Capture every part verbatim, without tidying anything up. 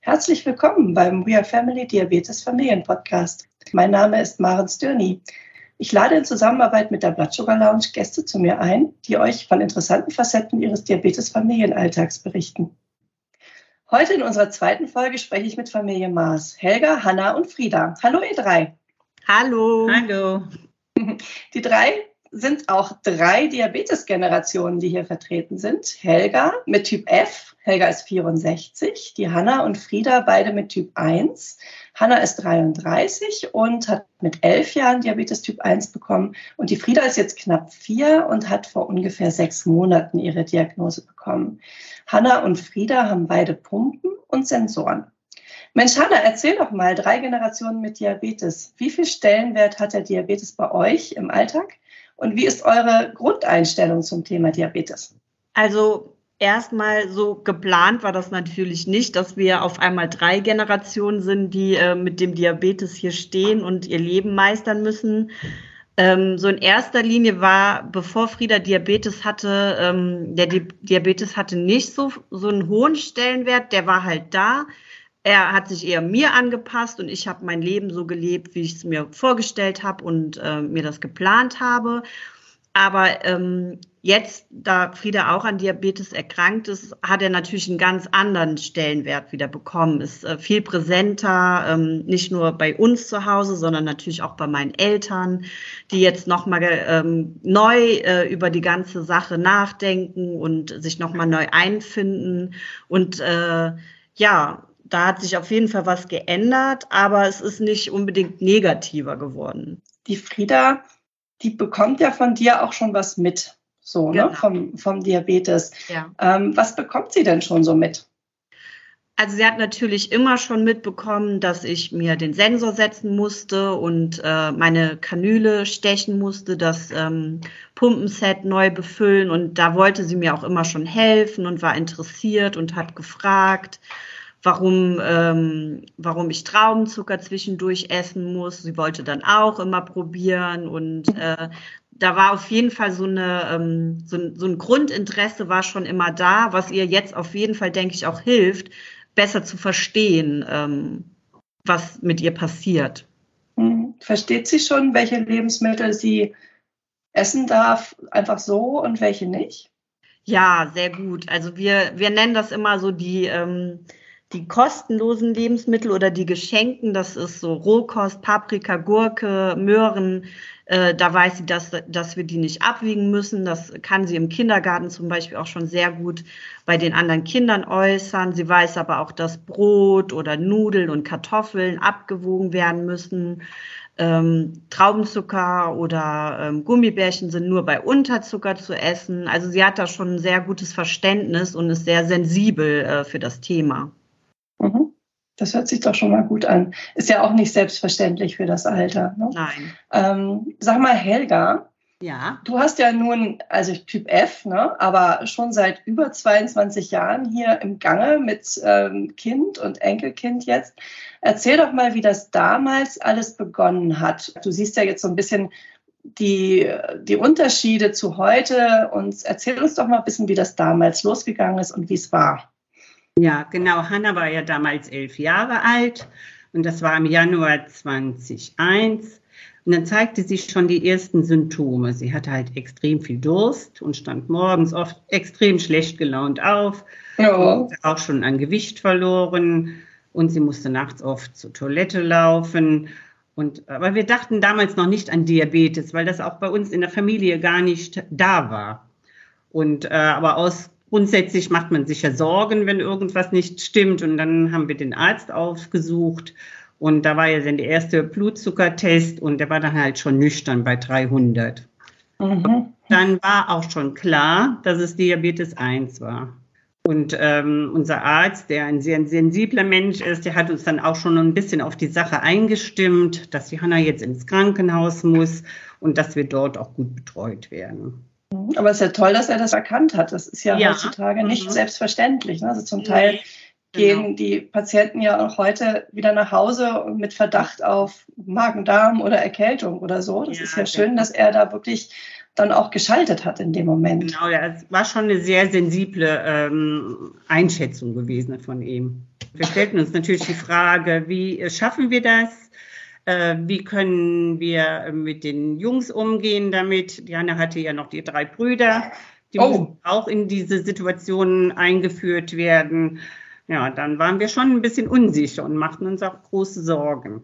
Herzlich willkommen beim We Are Family Diabetes Familienpodcast. Mein Name ist Maren Störny. Ich lade in Zusammenarbeit mit der Blood Sugar Lounge Gäste zu mir ein, die euch von interessanten Facetten ihres Diabetes-Familienalltags berichten. Heute in unserer zweiten Folge spreche ich mit Familie Maas, Helga, Hanna und Frieda. Hallo ihr drei. Hallo. Hallo. Die drei sind auch drei Diabetes-Generationen, die hier vertreten sind. Helga mit Typ F, Helga ist vierundsechzig, die Hanna und Frieda beide mit Typ eins. Hanna ist dreiunddreißig und hat mit elf Jahren Diabetes Typ eins bekommen. Und die Frieda ist jetzt knapp vier und hat vor ungefähr sechs Monaten ihre Diagnose bekommen. Hanna und Frieda haben beide Pumpen und Sensoren. Mensch, Hanna, erzähl doch mal, drei Generationen mit Diabetes. Wie viel Stellenwert hat der Diabetes bei euch im Alltag? Und wie ist eure Grundeinstellung zum Thema Diabetes? Also erstmal so geplant war das natürlich nicht, dass wir auf einmal drei Generationen sind, die äh, mit dem Diabetes hier stehen und ihr Leben meistern müssen. Ähm, so in erster Linie war, bevor Frieda Diabetes hatte, ähm, der Di- Diabetes hatte nicht so, so einen hohen Stellenwert, der war halt da. Er hat sich eher mir angepasst und ich habe mein Leben so gelebt, wie ich es mir vorgestellt habe und äh, mir das geplant habe. Aber ähm, jetzt, da Frieda auch an Diabetes erkrankt ist, hat er natürlich einen ganz anderen Stellenwert wieder bekommen. Ist äh, viel präsenter, ähm, nicht nur bei uns zu Hause, sondern natürlich auch bei meinen Eltern, die jetzt nochmal ähm, neu äh, über die ganze Sache nachdenken und sich nochmal neu einfinden. Und äh, ja, da hat sich auf jeden Fall was geändert, aber es ist nicht unbedingt negativer geworden. Die Frieda, die bekommt ja von dir auch schon was mit, so, Genau. ne, vom, vom Diabetes. Ja. Ähm, was bekommt sie denn schon so mit? Also sie hat natürlich immer schon mitbekommen, dass ich mir den Sensor setzen musste und äh, meine Kanüle stechen musste, das ähm, Pumpenset neu befüllen. Und da wollte sie mir auch immer schon helfen und war interessiert und hat gefragt, warum, ähm, warum ich Traubenzucker zwischendurch essen muss. Sie wollte dann auch immer probieren und äh, da war auf jeden Fall so eine ähm, so, ein, so ein Grundinteresse war schon immer da, was ihr jetzt auf jeden Fall, denke ich, auch hilft, besser zu verstehen, ähm, was mit ihr passiert. Hm. Versteht sie schon, welche Lebensmittel sie essen darf, einfach so und welche nicht? Ja, sehr gut. Also wir, wir nennen das immer so die, ähm, die kostenlosen Lebensmittel oder die Geschenken. Das ist so Rohkost, Paprika, Gurke, Möhren. Äh, da weiß sie, dass, dass wir die nicht abwiegen müssen. Das kann sie im Kindergarten zum Beispiel auch schon sehr gut bei den anderen Kindern äußern. Sie weiß aber auch, dass Brot oder Nudeln und Kartoffeln abgewogen werden müssen. Ähm, Traubenzucker oder ähm, Gummibärchen sind nur bei Unterzucker zu essen. Also sie hat da schon ein sehr gutes Verständnis und ist sehr sensibel äh, für das Thema. Mhm. Das hört sich doch schon mal gut an. Ist ja auch nicht selbstverständlich für das Alter, ne? Nein. Ähm, sag mal, Helga, Ja. du hast ja nun, also Typ F, ne, aber schon seit über zweiundzwanzig Jahren hier im Gange mit ähm, Kind und Enkelkind jetzt. Erzähl doch mal, wie das damals alles begonnen hat. Du siehst ja jetzt so ein bisschen die, die Unterschiede zu heute und erzähl uns doch mal ein bisschen, wie das damals losgegangen ist und wie es war. Ja, genau. Hanna war ja damals elf Jahre alt und das war im Januar zweitausendeins. Und dann zeigte sie schon die ersten Symptome. Sie hatte halt extrem viel Durst und stand morgens oft extrem schlecht gelaunt auf. Ja. Und auch schon an Gewicht verloren und sie musste nachts oft zur Toilette laufen. Und, aber wir dachten damals noch nicht an Diabetes, weil das auch bei uns in der Familie gar nicht da war. Und, äh, aber aus Grundsätzlich macht man sich ja Sorgen, wenn irgendwas nicht stimmt. Und dann haben wir den Arzt aufgesucht. Und da war ja dann der erste Blutzuckertest und der war dann halt schon nüchtern bei dreihundert. Mhm. Dann war auch schon klar, dass es Diabetes eins war. Und ähm, unser Arzt, der ein sehr sensibler Mensch ist, der hat uns dann auch schon ein bisschen auf die Sache eingestimmt, dass die Hanna jetzt ins Krankenhaus muss und dass wir dort auch gut betreut werden. Aber es ist ja toll, dass er das erkannt hat. Das ist ja, Ja. heutzutage nicht Mhm. selbstverständlich, ne? Also zum Teil Nee, gehen genau. die Patienten ja auch heute wieder nach Hause und mit Verdacht auf Magen-Darm oder Erkältung oder so. Das Ja, ist ja schön, genau. dass er da wirklich dann auch geschaltet hat in dem Moment. Genau, ja, es war schon eine sehr sensible ähm, Einschätzung gewesen von ihm. Wir stellten uns natürlich die Frage, wie schaffen wir das? Äh, wie können wir mit den Jungs umgehen damit? Diana hatte ja noch die drei Brüder, die Oh. mussten auch in diese Situation eingeführt werden. Ja, dann waren wir schon ein bisschen unsicher und machten uns auch große Sorgen.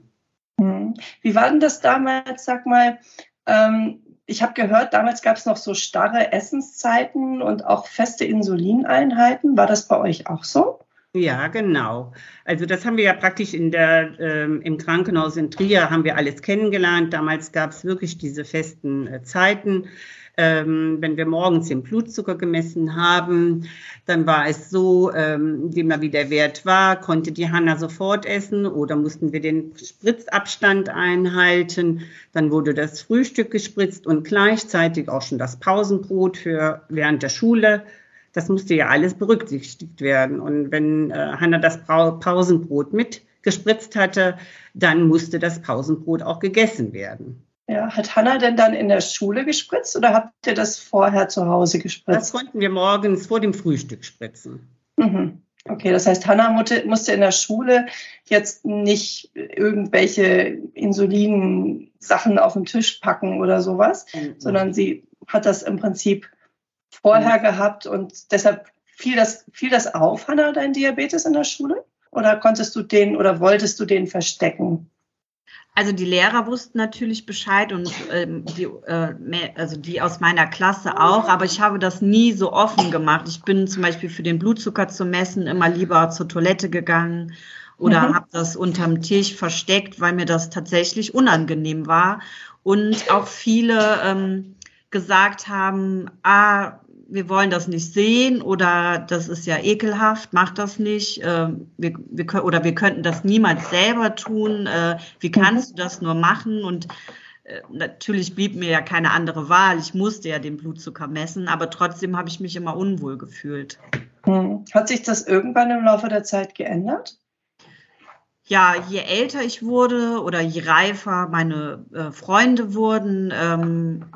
Wie war denn das damals, sag mal, ähm, ich habe gehört, damals gab es noch so starre Essenszeiten und auch feste Insulineinheiten. War das bei euch auch so? Ja, genau. Also das haben wir ja praktisch in der, ähm, im Krankenhaus in Trier haben wir alles kennengelernt. Damals gab es wirklich diese festen äh, Zeiten. Ähm, wenn wir morgens den Blutzucker gemessen haben, dann war es so, ähm, immer wie der Wert war, konnte die Hanna sofort essen oder mussten wir den Spritzabstand einhalten. Dann wurde das Frühstück gespritzt und gleichzeitig auch schon das Pausenbrot für während der Schule. Das musste ja alles berücksichtigt werden. Und wenn äh, Hanna das Pausenbrot mitgespritzt hatte, dann musste das Pausenbrot auch gegessen werden. Ja, hat Hanna denn dann in der Schule gespritzt oder habt ihr das vorher zu Hause gespritzt? Das konnten wir morgens vor dem Frühstück spritzen. Mhm. Okay, das heißt, Hanna musste in der Schule jetzt nicht irgendwelche Insulin-Sachen auf den Tisch packen oder sowas, mhm. sondern sie hat das im Prinzip vorher mhm. gehabt und deshalb fiel das, fiel das auf, Hanna, dein Diabetes in der Schule? Oder konntest du den oder wolltest du den verstecken? Also die Lehrer wussten natürlich Bescheid und ähm, die, äh, mehr, also die aus meiner Klasse auch, aber ich habe das nie so offen gemacht. Ich bin zum Beispiel für den Blutzucker zu messen immer lieber zur Toilette gegangen oder mhm. habe das unterm Tisch versteckt, weil mir das tatsächlich unangenehm war. Und auch viele ähm, gesagt haben, ah, wir wollen das nicht sehen oder das ist ja ekelhaft, mach das nicht. Äh, wir, wir, oder wir könnten das niemals selber tun. Äh, wie kannst du das nur machen? Und äh, natürlich blieb mir ja keine andere Wahl. Ich musste ja den Blutzucker messen, aber trotzdem habe ich mich immer unwohl gefühlt. Hm. Hat sich das irgendwann im Laufe der Zeit geändert? Ja, je älter ich wurde oder je reifer meine äh, Freunde wurden, ähm,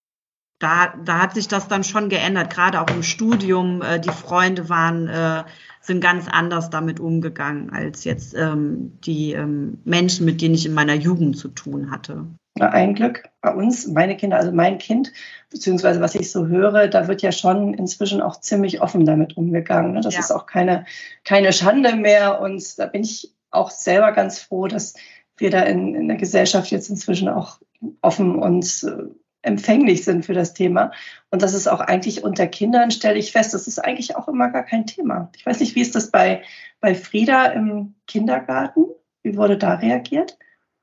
Da, da hat sich das dann schon geändert, gerade auch im Studium. Äh, die Freunde waren, äh, sind ganz anders damit umgegangen als jetzt ähm, die ähm, Menschen, mit denen ich in meiner Jugend zu tun hatte. Na, ein Glück bei uns, meine Kinder, also mein Kind, beziehungsweise was ich so höre, da wird ja schon inzwischen auch ziemlich offen damit umgegangen. Ne? Das ja. ist auch keine, keine Schande mehr und da bin ich auch selber ganz froh, dass wir da in, in der Gesellschaft jetzt inzwischen auch offen und äh, empfänglich sind für das Thema. Und das ist auch eigentlich unter Kindern, stelle ich fest, das ist eigentlich auch immer gar kein Thema. Ich weiß nicht, wie ist das bei, bei Frieda im Kindergarten? Wie wurde da reagiert?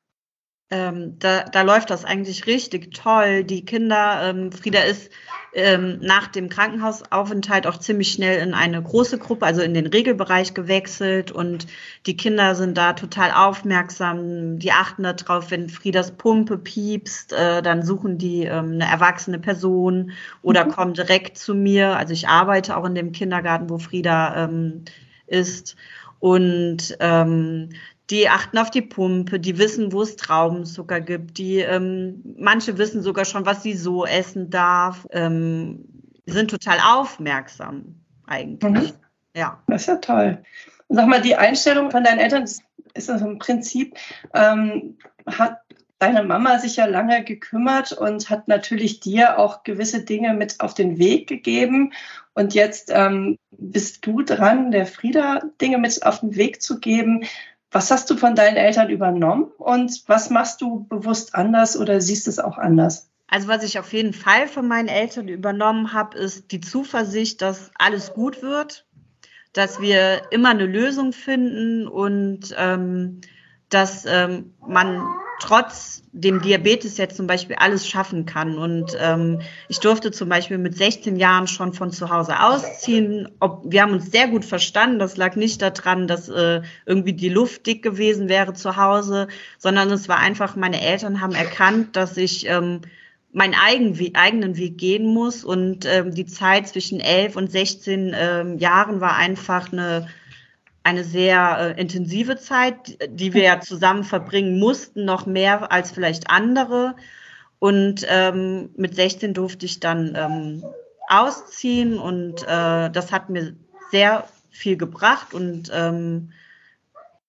Ähm, da, da läuft das eigentlich richtig toll. Die Kinder, ähm, Frieda ist ähm, nach dem Krankenhausaufenthalt auch ziemlich schnell in eine große Gruppe, also in den Regelbereich gewechselt und die Kinder sind da total aufmerksam. Die achten darauf, wenn Friedas Pumpe piepst, äh, dann suchen die ähm, eine erwachsene Person oder mhm. kommen direkt zu mir. Also ich arbeite auch in dem Kindergarten, wo Frieda ähm, ist und ähm, die achten auf die Pumpe, die wissen, wo es Traubenzucker gibt. Die ähm, manche wissen sogar schon, was sie so essen darf. Ähm, die sind total aufmerksam eigentlich. Mhm. Ja. Das ist ja toll. Sag mal, die Einstellung von deinen Eltern ist, ist im Prinzip, ähm, hat deine Mama sich ja lange gekümmert und hat natürlich dir auch gewisse Dinge mit auf den Weg gegeben. Und jetzt ähm, bist du dran, der Frieda Dinge mit auf den Weg zu geben. Was hast du von deinen Eltern übernommen und was machst du bewusst anders oder siehst es auch anders? Also was ich auf jeden Fall von meinen Eltern übernommen habe, ist die Zuversicht, dass alles gut wird, dass wir immer eine Lösung finden und ähm, dass ähm, man trotz dem Diabetes jetzt zum Beispiel alles schaffen kann. Und ähm, ich durfte zum Beispiel mit sechzehn Jahren schon von zu Hause ausziehen. Ob, wir haben uns sehr gut verstanden. Das lag nicht daran, dass äh, irgendwie die Luft dick gewesen wäre zu Hause, sondern es war einfach, meine Eltern haben erkannt, dass ich ähm, meinen eigen, eigenen Weg gehen muss. Und ähm, die Zeit zwischen elf und sechzehn ähm, Jahren war einfach eine eine sehr äh, intensive Zeit, die wir ja zusammen verbringen mussten, noch mehr als vielleicht andere. Und ähm, mit sechzehn durfte ich dann ähm, ausziehen und äh, das hat mir sehr viel gebracht und ähm,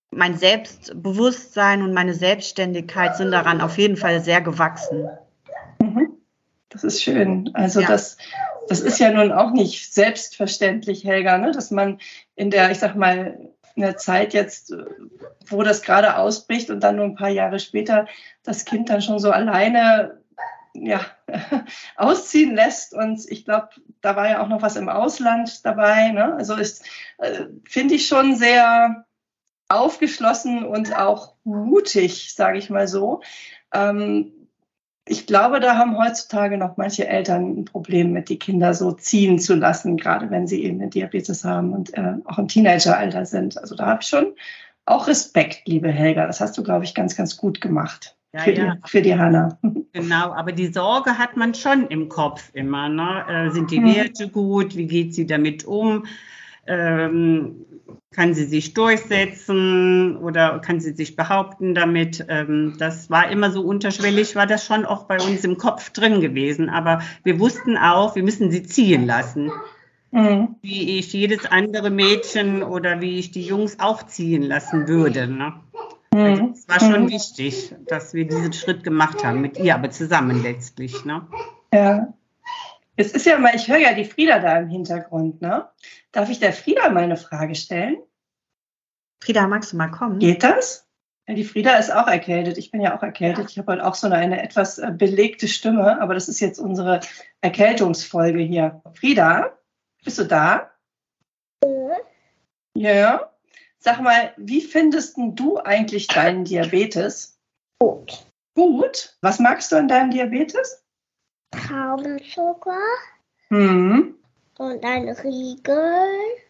mein Selbstbewusstsein und meine Selbstständigkeit sind daran auf jeden Fall sehr gewachsen. Mhm. Das ist schön. Also ja. das, das ist ja nun auch nicht selbstverständlich, Helga, ne? Dass man in der, ich sag mal, in der Zeit jetzt, wo das gerade ausbricht und dann nur ein paar Jahre später das Kind dann schon so alleine ja, ausziehen lässt. Und ich glaube, da war ja auch noch was im Ausland dabei. Ne? Also ist, äh, finde ich schon sehr aufgeschlossen und auch mutig, sage ich mal so. Ähm, ich glaube, da haben heutzutage noch manche Eltern ein Problem mit, die Kinder so ziehen zu lassen, gerade wenn sie eben eine Diabetes haben und äh, auch im Teenageralter sind. Also da habe ich schon auch Respekt, liebe Helga. Das hast du, glaube ich, ganz, ganz gut gemacht Ja, für, ja. Die, für die Hanna. Genau, aber die Sorge hat man schon im Kopf immer. Ne? Äh, sind die Mhm. Werte gut? Wie geht sie damit um? Ähm, kann sie sich durchsetzen oder kann sie sich behaupten damit? Ähm, das war immer so unterschwellig, war das schon auch bei uns im Kopf drin gewesen. Aber wir wussten auch, wir müssen sie ziehen lassen. Mhm. Wie ich jedes andere Mädchen oder wie ich die Jungs auch ziehen lassen würde. Ne? Also es war schon Mhm. wichtig, dass wir diesen Schritt gemacht haben, mit ihr aber zusammen letztlich. Ne? Ja. Es ist ja mal, ich höre ja die Frieda da im Hintergrund, ne? Darf ich der Frieda mal eine Frage stellen? Frieda, magst du mal kommen? Geht das? Ja, die Frieda ist auch erkältet. Ich bin ja auch erkältet. Ich habe halt auch so eine, eine etwas äh, belegte Stimme, aber das ist jetzt unsere Erkältungsfolge hier. Frieda, bist du da? Ja. Ja. Sag mal, wie findest denn du eigentlich deinen Diabetes? Gut. Gut. Was magst du an deinem Diabetes? Traubenzucker Mhm. und ein Riegel.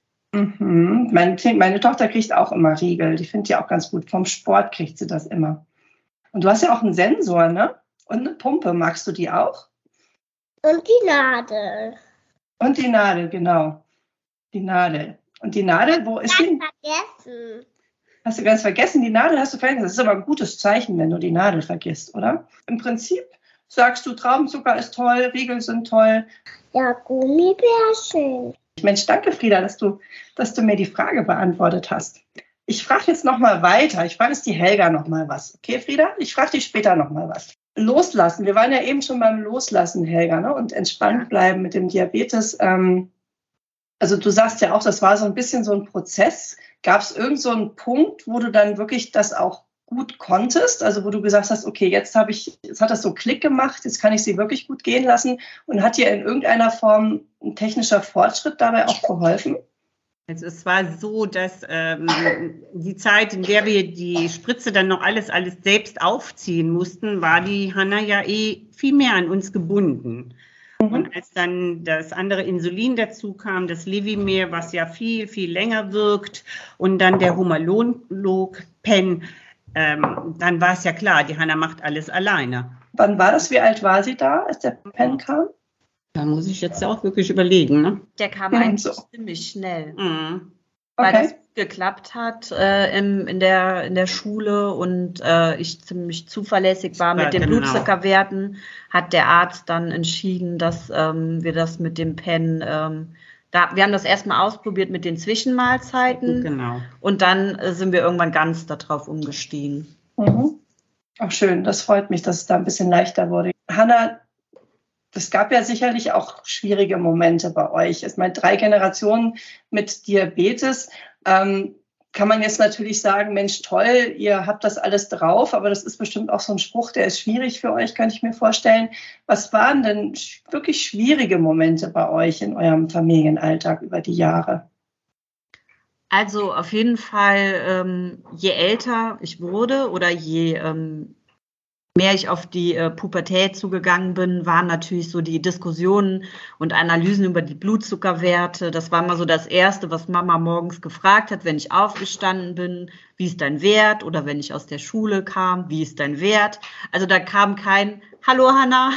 Mhm. Meine, Kind- meine Tochter kriegt auch immer Riegel. Die findet die auch ganz gut. Vom Sport kriegt sie das immer. Und du hast ja auch einen Sensor, ne? Und eine Pumpe. Magst du die auch? Und die Nadel. Und die Nadel, genau. Die Nadel. Und die Nadel, wo ist die? Vergessen. Hast du ganz vergessen, die Nadel hast du vergessen. Das ist aber ein gutes Zeichen, wenn du die Nadel vergisst, oder? Im Prinzip sagst du, Traubenzucker ist toll, Riegel sind toll. Ja, Gummibärchen. Mensch, danke, Frieda, dass du, dass du mir die Frage beantwortet hast. Ich frage jetzt noch mal weiter. Ich frage jetzt die Helga noch mal was. Okay, Frieda? Ich frage dich später noch mal was. Loslassen. Wir waren ja eben schon beim Loslassen, Helga, ne? Und entspannt bleiben mit dem Diabetes. Ähm, also du sagst ja auch, das war so ein bisschen so ein Prozess. Gab es irgend so einen Punkt, wo du dann wirklich das auch gut konntest? Also wo du gesagt hast, okay, jetzt habe ich, jetzt hat das so Klick gemacht, jetzt kann ich sie wirklich gut gehen lassen. Und hat dir in irgendeiner Form ein technischer Fortschritt dabei auch geholfen? Also es war so, dass ähm, die Zeit, in der wir die Spritze dann noch alles, alles selbst aufziehen mussten, war die Hanna ja eh viel mehr an uns gebunden. Mhm. Und als dann das andere Insulin dazu kam, das Levimir, was ja viel, viel länger wirkt, und dann der Humalog-Pen, ähm, dann war es ja klar, die Hanna macht alles alleine. Wann war das? Wie alt war sie da, als der Pen kam? Da muss ich jetzt auch wirklich überlegen. Ne? Der kam Mhm, eigentlich so. ziemlich schnell, Mhm. weil Okay. das geklappt hat äh, im, in, der, in der Schule und äh, ich ziemlich zuverlässig war Ja, mit den genau. Blutzuckerwerten, hat der Arzt dann entschieden, dass ähm, wir das mit dem Pen, ähm, da, wir haben das erstmal ausprobiert mit den Zwischenmahlzeiten Genau. und dann äh, sind wir irgendwann ganz darauf umgestiegen. Mhm. Auch schön, das freut mich, dass es da ein bisschen leichter wurde. Hanna, es gab ja sicherlich auch schwierige Momente bei euch. Ich meine, drei Generationen mit Diabetes. Ähm, kann man jetzt natürlich sagen, Mensch, toll, ihr habt das alles drauf, aber das ist bestimmt auch so ein Spruch, der ist schwierig für euch, kann ich mir vorstellen. Was waren denn sch- wirklich schwierige Momente bei euch in eurem Familienalltag über die Jahre? Also auf jeden Fall, ähm, je älter ich wurde oder je ähm, mehr ich auf die äh, Pubertät zugegangen bin, waren natürlich so die Diskussionen und Analysen über die Blutzuckerwerte. Das war mal so das Erste, was Mama morgens gefragt hat, wenn ich aufgestanden bin, wie ist dein Wert? Oder wenn ich aus der Schule kam, wie ist dein Wert? Also da kam kein Hallo Hanna,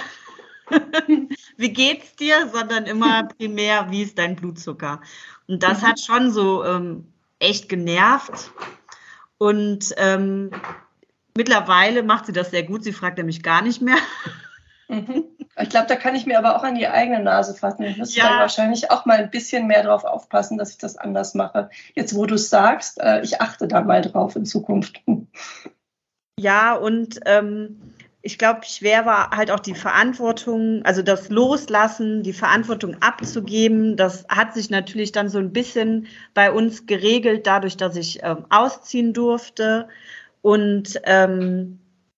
wie geht's dir? Sondern immer primär, wie ist dein Blutzucker? Und das Mhm. hat schon so ähm, echt genervt. Und ähm, mittlerweile macht sie das sehr gut. Sie fragt nämlich gar nicht mehr. Mhm. Ich glaube, da kann ich mir aber auch an die eigene Nase fassen. Ich müsste Ja. dann wahrscheinlich auch mal ein bisschen mehr drauf aufpassen, dass ich das anders mache. Jetzt, wo du es sagst, äh, ich achte da mal drauf in Zukunft. Ja, und ähm, ich glaube, schwer war halt auch die Verantwortung, also das Loslassen, die Verantwortung abzugeben. Das hat sich natürlich dann so ein bisschen bei uns geregelt, dadurch, dass ich ähm, ausziehen durfte. Und ähm,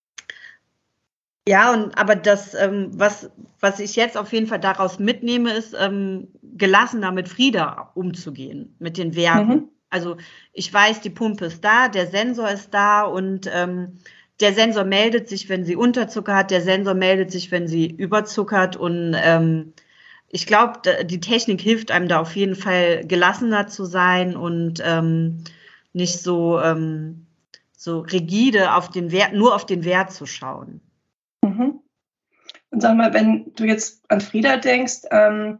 ja, und aber das, ähm, was, was ich jetzt auf jeden Fall daraus mitnehme, ist, ähm, gelassener mit Frieda umzugehen, mit den Werten. Mhm. Also ich weiß, die Pumpe ist da, der Sensor ist da und ähm, der Sensor meldet sich, wenn sie Unterzucker hat, der Sensor meldet sich, wenn sie überzuckert. Und ähm, ich glaube, die Technik hilft einem da auf jeden Fall gelassener zu sein und ähm, nicht so, ähm, so rigide auf den Wert, nur auf den Wert zu schauen. Mhm. Und sag mal, wenn du jetzt an Frieda denkst, ähm,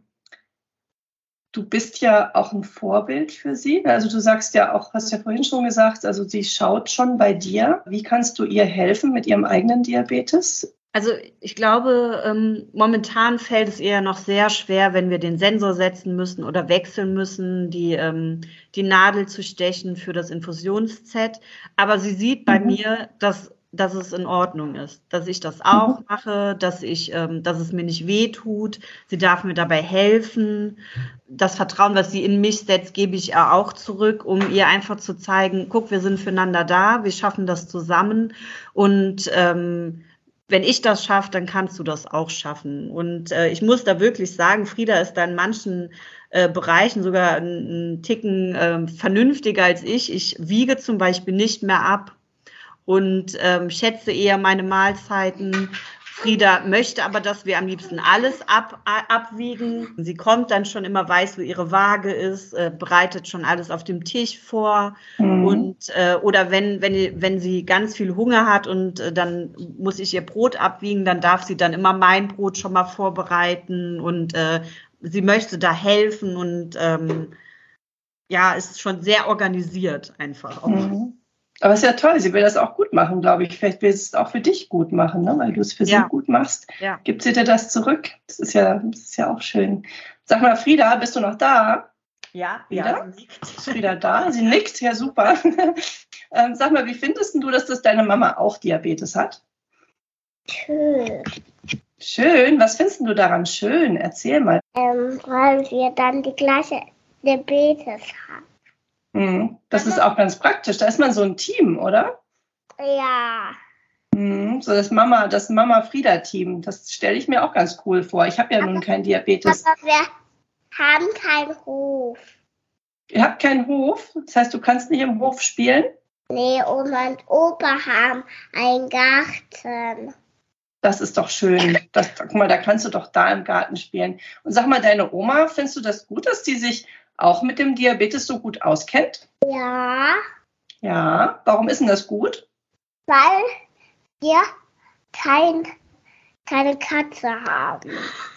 du bist ja auch ein Vorbild für sie. Also du sagst ja auch, hast ja vorhin schon gesagt, also sie schaut schon bei dir. Wie kannst du ihr helfen mit ihrem eigenen Diabetes? Also ich glaube, ähm, momentan fällt es ihr noch sehr schwer, wenn wir den Sensor setzen müssen oder wechseln müssen, die, ähm, die Nadel zu stechen für das Infusions-Set. Aber sie sieht bei Mhm. mir, dass, dass es in Ordnung ist, dass ich das auch Mhm. mache, dass ich, ähm, dass es mir nicht weh tut. Sie darf mir dabei helfen. Das Vertrauen, was sie in mich setzt, gebe ich ihr auch zurück, um ihr einfach zu zeigen, guck, wir sind füreinander da, wir schaffen das zusammen und ähm, wenn ich das schaffe, dann kannst du das auch schaffen. Und äh, ich muss da wirklich sagen, Frieda ist da in manchen äh, Bereichen sogar einen Ticken äh, vernünftiger als ich. Ich wiege zum Beispiel nicht mehr ab und ähm, schätze eher meine Mahlzeiten. Frieda möchte aber, dass wir am liebsten alles ab, abwiegen. Sie kommt dann schon immer, weiß, wo ihre Waage ist, äh, bereitet schon alles auf dem Tisch vor. Mhm. Und äh, oder wenn, wenn, wenn sie ganz viel Hunger hat und äh, dann muss ich ihr Brot abwiegen, dann darf sie dann immer mein Brot schon mal vorbereiten und äh, sie möchte da helfen und ähm, ja, ist schon sehr organisiert einfach auch. Mhm. Aber es ist ja toll, sie will das auch gut machen, glaube ich. Vielleicht will sie es auch für dich gut machen, ne? Weil du es für Ja. sie gut machst. Ja. Gibt sie dir das zurück? Das ist ja, das ist ja auch schön. Sag mal, Frieda, bist du noch da? Ja, Frieda? ja, sie nickt. Ist Frieda da? Sie nickt, ja super. ähm, sag mal, wie findest du, dass das deine Mama auch Diabetes hat? Schön. Schön. Was findest du daran schön? Erzähl mal. Ähm, weil wir dann die gleiche Diabetes haben. Mhm. Das ist auch ganz praktisch. Da ist man so ein Team, oder? Ja. Mhm. So das Mama, das Mama-Frieda-Team. Das stelle ich mir auch ganz cool vor. Ich habe ja nun keinen Diabetes. Aber wir haben keinen Hof. Ihr habt keinen Hof? Das heißt, du kannst nicht im Hof spielen? Nee, Oma und Opa haben einen Garten. Das ist doch schön. Das, guck mal, da kannst du doch da im Garten spielen. Und sag mal, deine Oma, findest du das gut, dass die sich auch mit dem Diabetes so gut auskennt? Ja, Ja. Warum ist denn das gut? weil wir kein, keine Katze haben.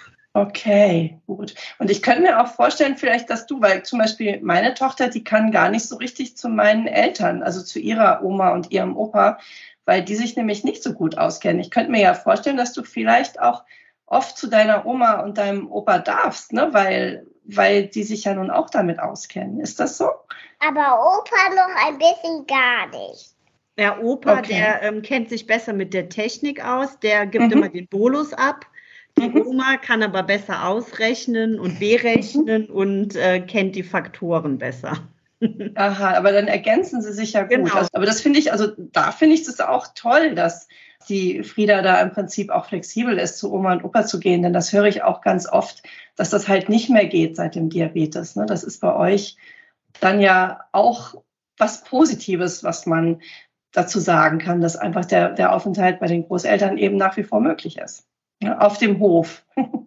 Okay, gut. Und ich könnte mir auch vorstellen, vielleicht, dass du, weil zum Beispiel meine Tochter, die kann gar nicht so richtig zu meinen Eltern, also zu ihrer Oma und ihrem Opa, weil die sich nämlich nicht so gut auskennen. Ich könnte mir ja vorstellen, dass du vielleicht auch oft zu deiner Oma und deinem Opa darfst, ne? weil, weil die sich ja nun auch damit auskennen. Ist das so? Aber Opa noch ein bisschen gar nicht. Der Opa, Okay. der ähm, kennt sich besser mit der Technik aus, der gibt Mhm. immer den Bolus ab. Die Mhm. Oma kann aber besser ausrechnen und berechnen und äh, kennt die Faktoren besser. Aha, aber dann ergänzen sie sich ja gut. Genau. Also, aber das finde ich, also da finde ich es auch toll, dass die Frieda da im Prinzip auch flexibel ist, zu Oma und Opa zu gehen. Denn das höre ich auch ganz oft, dass das halt nicht mehr geht seit dem Diabetes. Ne? Das ist bei euch dann ja auch was Positives, was man dazu sagen kann, dass einfach der, der Aufenthalt bei den Großeltern eben nach wie vor möglich ist. Ja, auf dem Hof.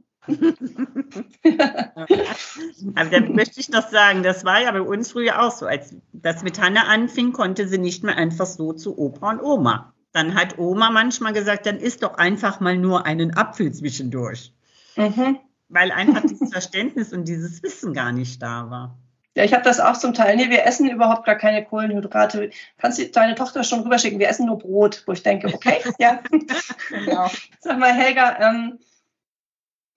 Aber dann möchte ich noch sagen, das war ja bei uns früher auch so. Als das mit Hanne anfing, konnte sie nicht mehr einfach so zu Opa und Oma. Dann hat Oma manchmal gesagt, dann isst doch einfach mal nur einen Apfel zwischendurch. Mhm. Weil einfach dieses Verständnis und dieses Wissen gar nicht da war. Ja, ich habe das auch zum Teil. Nee, wir essen überhaupt gar keine Kohlenhydrate. Kannst du deine Tochter schon rüberschicken? Wir essen nur Brot, wo ich denke, okay, ja. Genau. Sag mal, Helga, ähm,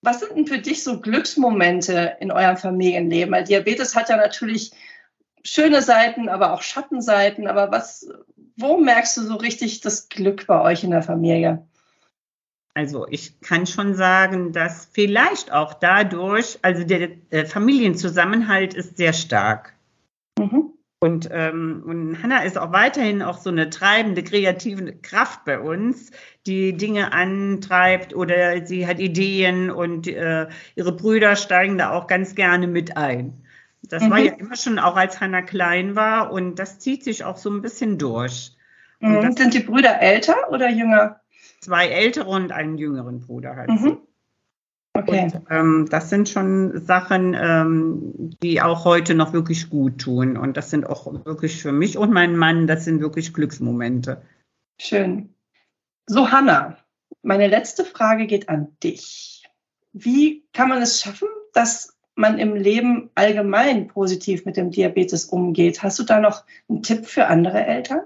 Was sind denn für dich so Glücksmomente in eurem Familienleben? Weil Diabetes hat ja natürlich schöne Seiten, aber auch Schattenseiten. Aber was, wo merkst du so richtig das Glück bei euch in der Familie? Also ich kann schon sagen, dass vielleicht auch dadurch, also der, der Familienzusammenhalt ist sehr stark. Mhm. Und, ähm, und Hannah ist auch weiterhin auch so eine treibende, kreative Kraft bei uns, die Dinge antreibt oder sie hat Ideen und äh, ihre Brüder steigen da auch ganz gerne mit ein. Das mhm. war ja immer schon auch, als Hannah klein war und das zieht sich auch so ein bisschen durch. Mhm. Das, sind die Brüder älter oder jünger? Zwei ältere und einen jüngeren Bruder halt. Mhm. Okay. Und ähm, das sind schon Sachen, ähm, die auch heute noch wirklich gut tun. Und das sind auch wirklich für mich und meinen Mann, das sind wirklich Glücksmomente. Schön. So, Hannah, meine letzte Frage geht an dich. Wie kann man es schaffen, dass man im Leben allgemein positiv mit dem Diabetes umgeht? Hast du da noch einen Tipp für andere Eltern?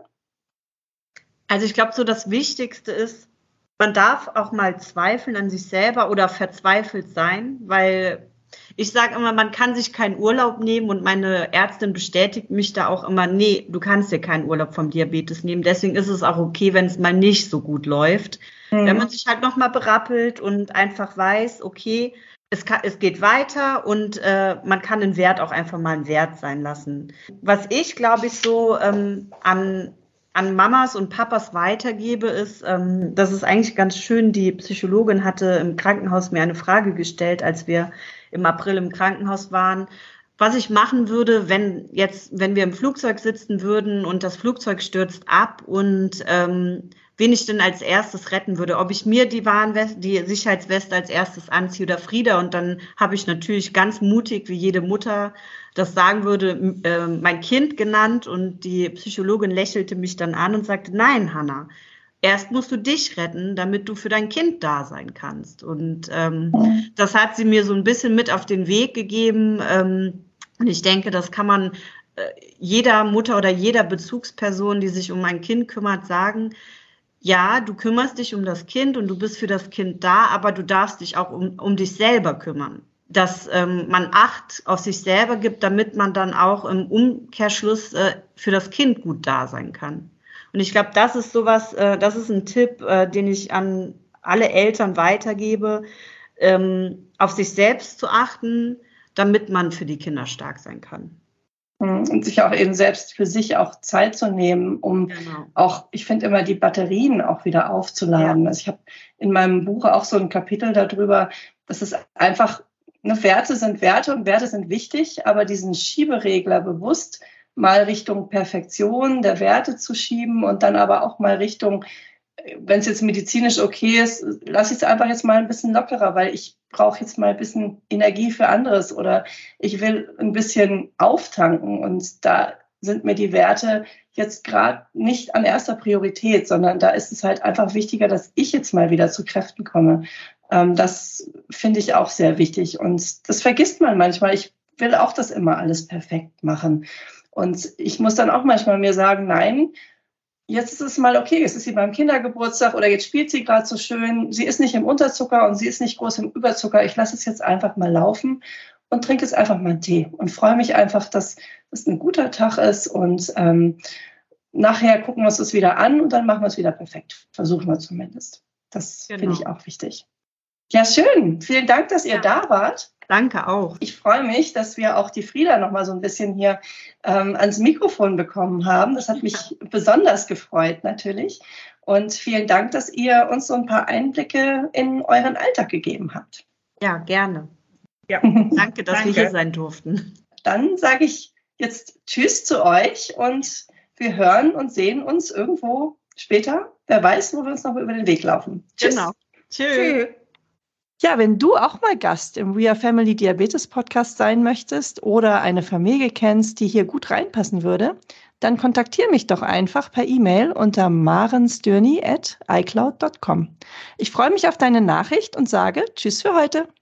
Also ich glaube, so das Wichtigste ist, man darf auch mal zweifeln an sich selber oder verzweifelt sein, weil ich sage immer, man kann sich keinen Urlaub nehmen und meine Ärztin bestätigt mich da auch immer, nee, du kannst dir keinen Urlaub vom Diabetes nehmen. Deswegen ist es auch okay, wenn es mal nicht so gut läuft. Mhm. Wenn man sich halt nochmal berappelt und einfach weiß, okay, es, kann, es geht weiter und äh, man kann den Wert auch einfach mal einen Wert sein lassen. Was ich, glaube ich, so ähm, an an Mamas und Papas weitergebe, ist, ähm, das ist eigentlich ganz schön, die Psychologin hatte im Krankenhaus mir eine Frage gestellt, als wir im April im Krankenhaus waren, was ich machen würde, wenn jetzt, wenn wir im Flugzeug sitzen würden und das Flugzeug stürzt ab und ähm, wen ich denn als erstes retten würde, ob ich mir die Warnweste, die Sicherheitsweste als erstes anziehe oder Frieda. Und dann habe ich natürlich ganz mutig, wie jede Mutter das sagen würde, äh, mein Kind genannt. Und die Psychologin lächelte mich dann an und sagte, nein, Hannah, erst musst du dich retten, damit du für dein Kind da sein kannst. Und ähm, mhm. das hat sie mir so ein bisschen mit auf den Weg gegeben. Ähm, und ich denke, das kann man äh, jeder Mutter oder jeder Bezugsperson, die sich um ein Kind kümmert, sagen, ja, du kümmerst dich um das Kind und du bist für das Kind da, aber du darfst dich auch um, um dich selber kümmern. Dass ähm, man Acht auf sich selber gibt, damit man dann auch im Umkehrschluss äh, für das Kind gut da sein kann. Und ich glaube, das ist sowas, äh, das ist ein Tipp, äh, den ich an alle Eltern weitergebe, ähm, auf sich selbst zu achten, damit man für die Kinder stark sein kann. Und sich auch eben selbst für sich auch Zeit zu nehmen, um genau. auch, ich finde immer, die Batterien auch wieder aufzuladen. Ja. Also ich habe in meinem Buch auch so ein Kapitel darüber, dass es einfach, ne, Werte sind Werte und Werte sind wichtig, aber diesen Schieberegler bewusst mal Richtung Perfektion der Werte zu schieben und dann aber auch mal Richtung, wenn es jetzt medizinisch okay ist, lasse ich es einfach jetzt mal ein bisschen lockerer, weil ich brauche jetzt mal ein bisschen Energie für anderes oder ich will ein bisschen auftanken und da sind mir die Werte jetzt gerade nicht an erster Priorität, sondern da ist es halt einfach wichtiger, dass ich jetzt mal wieder zu Kräften komme. Ähm, das finde ich auch sehr wichtig und das vergisst man manchmal. Ich will auch das immer alles perfekt machen und ich muss dann auch manchmal mir sagen, nein, jetzt ist es mal okay, jetzt ist sie beim Kindergeburtstag oder jetzt spielt sie gerade so schön. Sie ist nicht im Unterzucker und sie ist nicht groß im Überzucker. Ich lasse es jetzt einfach mal laufen und trinke jetzt einfach mal einen Tee und freue mich einfach, dass es ein guter Tag ist. Und ähm, nachher gucken wir uns das wieder an und dann machen wir es wieder perfekt. Versuchen wir zumindest. Das genau. finde ich auch wichtig. Ja, schön. Vielen Dank, dass ihr ja. da wart. Danke auch. Ich freue mich, dass wir auch die Frieda noch mal so ein bisschen hier ähm, ans Mikrofon bekommen haben. Das hat mich ja. besonders gefreut natürlich. Und vielen Dank, dass ihr uns so ein paar Einblicke in euren Alltag gegeben habt. Ja, gerne. Ja, danke, dass danke. wir hier sein durften. Dann sage ich jetzt Tschüss zu euch und wir hören und sehen uns irgendwo später. Wer weiß, wo wir uns noch über den Weg laufen. Tschüss. Genau. Tschüss. Tschüss. Ja, wenn du auch mal Gast im We Are Family Diabetes Podcast sein möchtest oder eine Familie kennst, die hier gut reinpassen würde, dann kontaktiere mich doch einfach per E-Mail unter marensdürny at i cloud dot com. Ich freue mich auf deine Nachricht und sage Tschüss für heute.